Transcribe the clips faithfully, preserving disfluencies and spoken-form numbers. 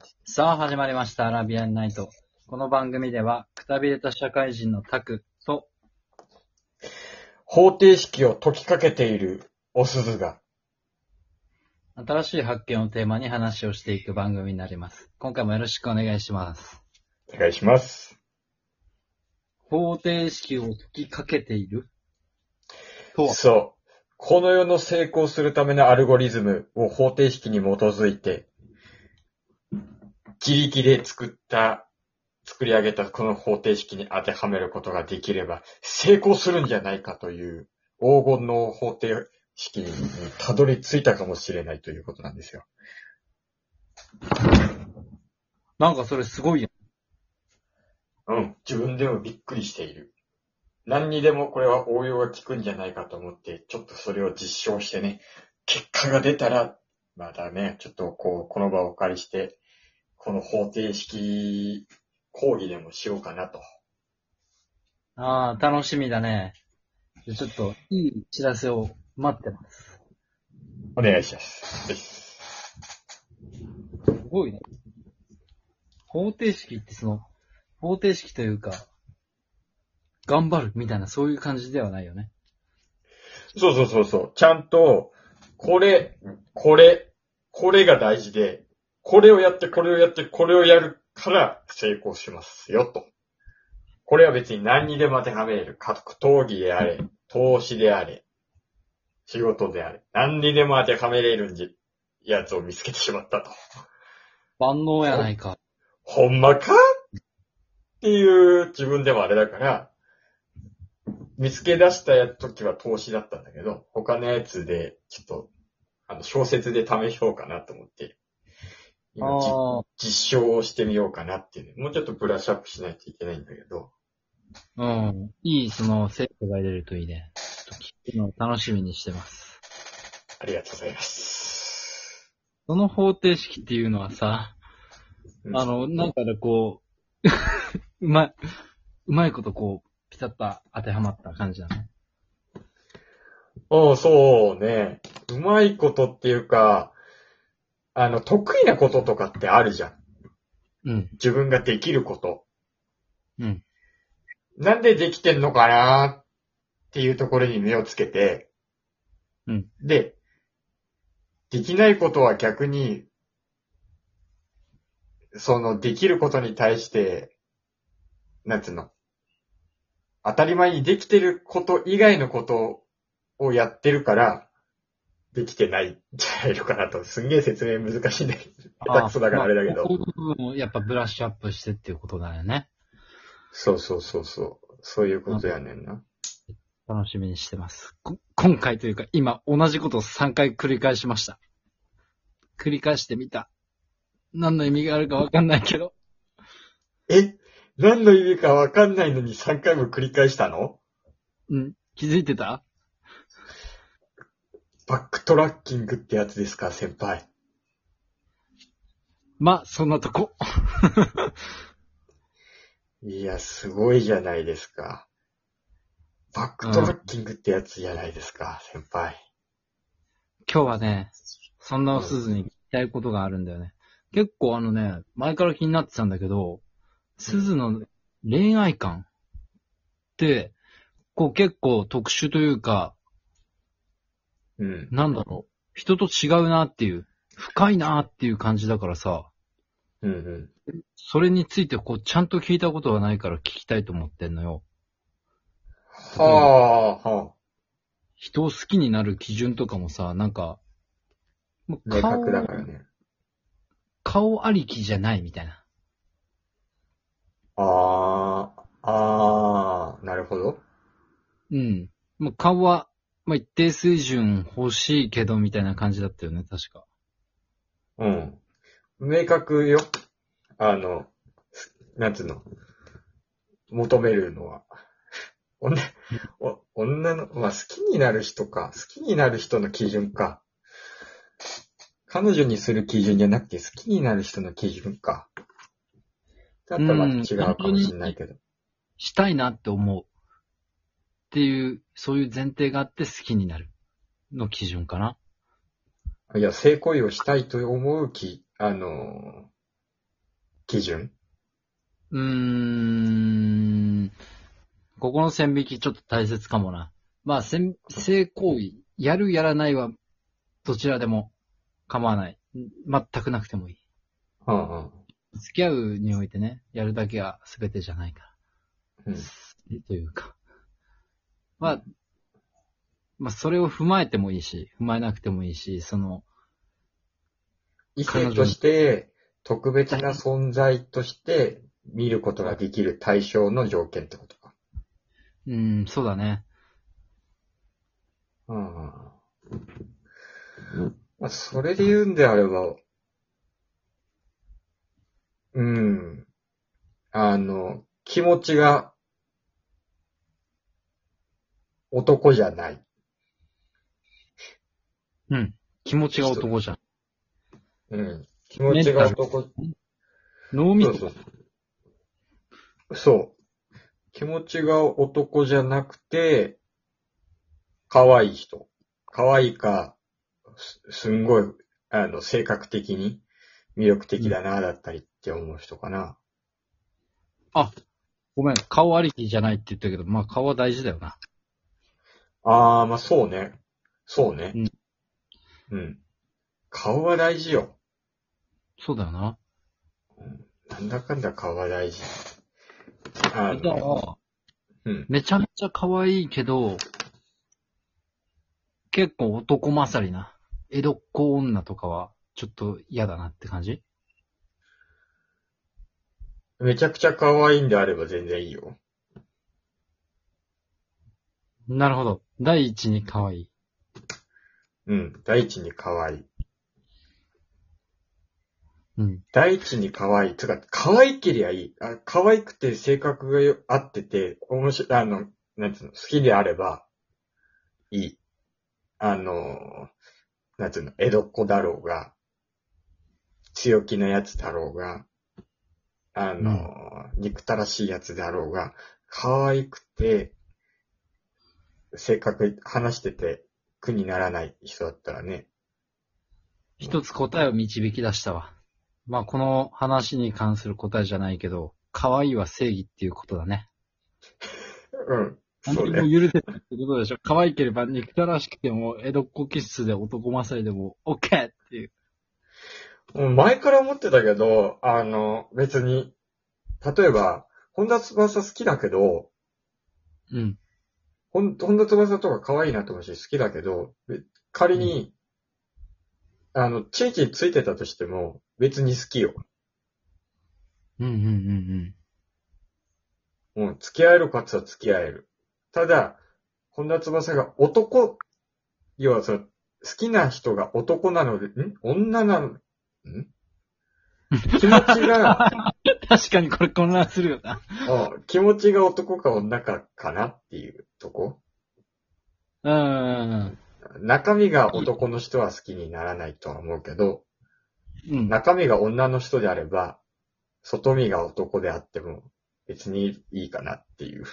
さあ始まりましたアラビアンナイト。この番組ではくたびれた社会人のタクと方程式を解きかけているお鈴が、 新しい発見をテーマに話をしていく番組になります。今回もよろしくお願いします。 お願いします。 方程式を解きかけているとは。 そう。この世の成功するためのアルゴリズムを方程式に基づいて、自力で作った、作り上げたこの方程式に当てはめることができれば、成功するんじゃないかという黄金の方程式にたどり着いたかもしれないということなんですよ。 なんかそれすごいやん。 うん。自分でもびっくりしている。何にでもこれは応用が効くんじゃないかと思って、ちょっとそれを実証してね、結果が出たら、またね、ちょっとこう、この場をお借りして、この方程式講義でもしようかなと。 ああ、楽しみだね。じゃちょっといい知らせを待ってます。 お願いします。ぜひ。 すごいね。方程式ってその、方程式というか、頑張るみたいなそういう感じではないよね。 そうそうそうそう。ちゃんと、これ、これ、これが大事で、これをやって、これをやって、これをやるから成功しますよ、と。これは別に何にでも当てはめれる。格闘技であれ、投資であれ、仕事であれ、何にでも当てはめれるんじ、やつを見つけてしまったと。 万能やないか。 ほんまかっていう自分でもあれだから、見つけ出した時は投資だったんだけど、他のやつで、ちょっと、あの、小説で試しようかなと思って、今じああ、 実証をしてみようかなっていう、ね。もうちょっとブラッシュアップしないといけないんだけど。 うん。いい、その、成果が出るといいね。ちょっと聞くのを楽しみにしてます。 ありがとうございます。 その方程式っていうのはさ、 うん、 あの、なんかでこう、うまい、うまいことこう、ピタッと当てはまった感じだね。 ああ、そうね。うまいことっていうか、あの、得意なこととかってあるじゃん。 うん。 自分ができること。 うん。 なんでできてんのかなっていうところに目をつけて、 うん。 で、できないことは逆に、その、できることに対して、なんつうの、当たり前にできてること以外のことをやってるから、できてないんじゃないのかなと。すんげえ説明難しいんだけど、下手くそだからあれだけど。 ここの部分をやっぱブラッシュアップしてっていうことだよね。 そうそうそうそう。そういうことやねんな。 楽しみにしてます。こ今回というか、今同じことをさんかい繰り返しました。繰り返してみた。何の意味があるかわかんないけど。 え何の意味かわかんないのにさんかいも繰り返したの？ うん。気づいてた？ バックトラッキングってやつですか、先輩。 ま、そんなとこ。 いや、すごいじゃないですか。バックトラッキングってやつじゃないですか、先輩。 今日はね、そんなおすずに聞きたいことがあるんだよね。結構あのね、前から気になってたんだけど、すずの恋愛観って、こう結構特殊というか、 うん。 なんだろう、人と違うなっていう、深いなっていう感じだからさ、 うんうん。 それについてこうちゃんと聞いたことがないから聞きたいと思ってんのよ。 はあ、はあ。 人を好きになる基準とかもさ、なんか、もう明顔、 確だからね。 顔ありきじゃないみたいな。 ああ、ああ、なるほど。 うん。まあ、顔は、まあ、一定水準欲しいけどみたいな感じだったよね、確か。 うん。明確よ。あの、なんつうの。求めるのは。女、お女の、まあ、好きになる人か。好きになる人の基準か。彼女にする基準じゃなくて好きになる人の基準か。だったらまた違うかもしれないけど。 したいなって思う。っていう、そういう前提があって好きになるの基準かな。 いや、性行為をしたいと思うき、あの、 基準？ うーん。ここの線引きちょっと大切かもな。まあ、性性行為、やるやらないは、どちらでも構わない。全くなくてもいい。 うんうん。 付き合うにおいてね、やるだけが全てじゃないから。 うん。 というか。まあ、まあ、それを踏まえてもいいし、踏まえなくてもいいし、その、 異性として、特別な存在として見ることができる対象の条件ってことか。 うん、そうだね。 うんうん。まあ、それで言うんであれば、うん。あの、気持ちが男じゃない。 うん。気持ちが男じゃん。 うん。気持ちが男、 脳みそ。 そうそう。そう。気持ちが男じゃなくて、可愛い人。可愛いか、す、すんごい、あの、性格的に魅力的だな、だったりって思う人かな。 あ、ごめん、顔ありきじゃないって言ったけど、まあ顔は大事だよな。 ああ、まあそうね。そうね。 うん。 うん。顔は大事よ。 そうだよな。 うん。なんだかんだ顔は大事。あじゃの、 あ、 うん。 めちゃめちゃ可愛いけど、結構男勝りな。江戸っ子女とかは、ちょっと嫌だなって感じ？ めちゃくちゃ可愛いんであれば全然いいよ。 なるほど。第一に可愛い。 うん。第一に可愛い。 うん。 第一に可愛い。つか、可愛けりゃいい。あ、可愛くて性格がよ合ってて、面白い、あの、なんつうの、好きであればいい。あの、なんつうの、江戸っ子だろうが、強気なやつだろうが、あの、 うん。 憎たらしいやつだろうが、可愛くて、性格話してて苦にならない人だったらね。 一つ答えを導き出したわ。まあ、この話に関する答えじゃないけど、可愛いは正義っていうことだね。 うん。 何でもそうね。 許せたってことでしょ。可愛ければ憎たらしくても、江戸っ子気質で男勝りでも、オッケーっていう。 もう前から思ってたけど、あの、別に、例えば、本田翼好きだけど、 うん。 ほん、本田翼とか可愛いなと思うし好きだけど、べ仮に、あの、チンチンついてたとしても、別に好きよ。 うんうんうんもう付き合えるかつは付き合える。ただ、本田翼が男、要はその、好きな人が男なので、ん女なの、ん気持ちが、 確かにこれ混乱するよな。 あ気持ちが男か女かかなっていうとこ。 うん。 中身が男の人は好きにならないとは思うけど、 うん。 中身が女の人であれば、外見が男であっても別にいいかなっていう。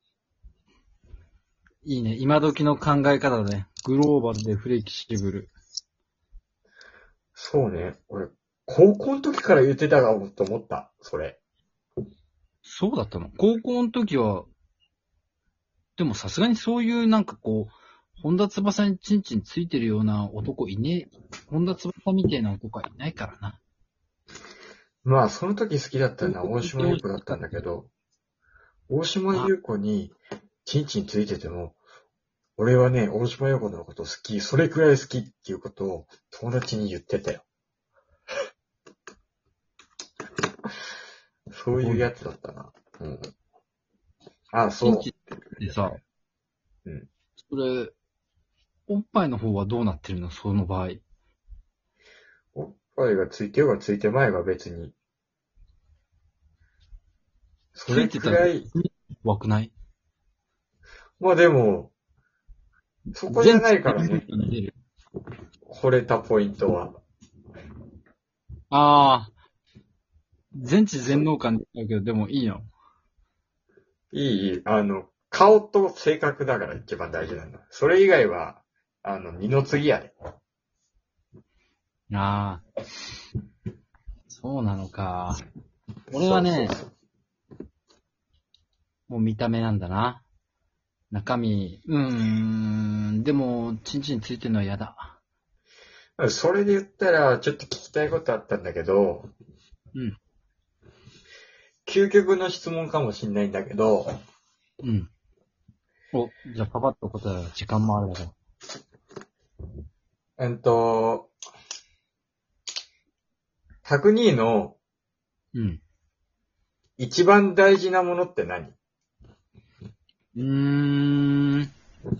いいね。今時の考え方だね。グローバルでフレキシブル。 そうね。俺、高校の時から言ってたかもと思った。それ。 そうだったの？高校の時は、でもさすがにそういうなんかこう、本田翼にチンチンついてるような男いねえ。本田翼みたいな男はいないからな。 まあ、その時好きだったのは大高校島優子だったんだけど、大島優子にチンチンついてても、俺はね、大島優子のこと好き、それくらい好きっていうことを友達に言ってたよ。そういうやつだったな。うん。あ、そチンチンってさ、 う。うん。 それ、おっぱいの方はどうなってるの？その場合。 おっぱいがついてようがついてまいが別に。それついてたらくらい、 怖くない？ まあでも、そこじゃないからね。 全部惚れたポイントは。 ああ、全知全能感だけど、でもいいの。 いい、いい。あの、顔と性格だから一番大事なんだ。それ以外は、あの、二の次やで。 ああ、そうなのか。 俺はねそうそうもう見た目なんだな。中身、うーん、でも、チンチンついてるのは嫌だ。 そうそれで言ったら、ちょっと聞きたいことあったんだけど、 うん。 究極の質問かもしんないんだけど、 うん。お、じゃあパパッと答える時間もあるだろえっと、ひゃくにのう。うん。 一番大事なものって何？ うーん。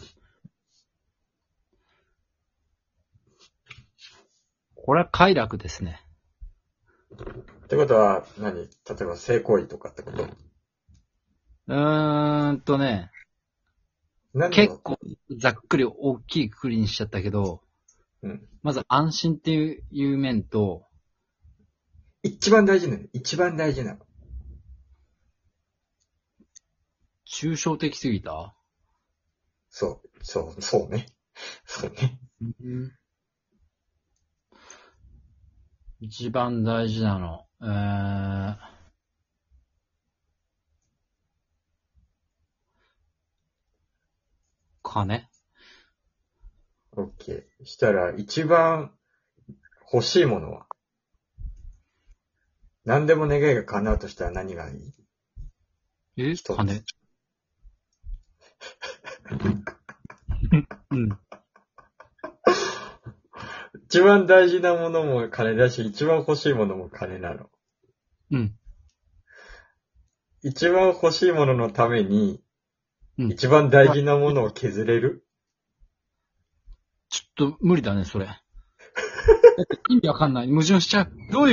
これは快楽ですね。 ってことは何？例えば性行為とかってこと？ うーんとね、 何を？ 結構ざっくり大きいくくりにしちゃったけど、 うん。 まず安心っていういう面と、 一番大事なの。一番大事なの。 抽象的すぎた？ そう、そう、そうね。そうね。 うん一番大事なの。えー、金？ オッケー。したら、一番欲しいものは？何でも願いが叶うとしたら何がいい？ え一つ。 金うん。 一番大事なものも金だし、一番欲しいものも金なの。 うん。 一番欲しいもののために、 うん。 一番大事なものを削れる？ ちょっと無理だね、それ。だって意味わかんない。矛盾しちゃう。どういう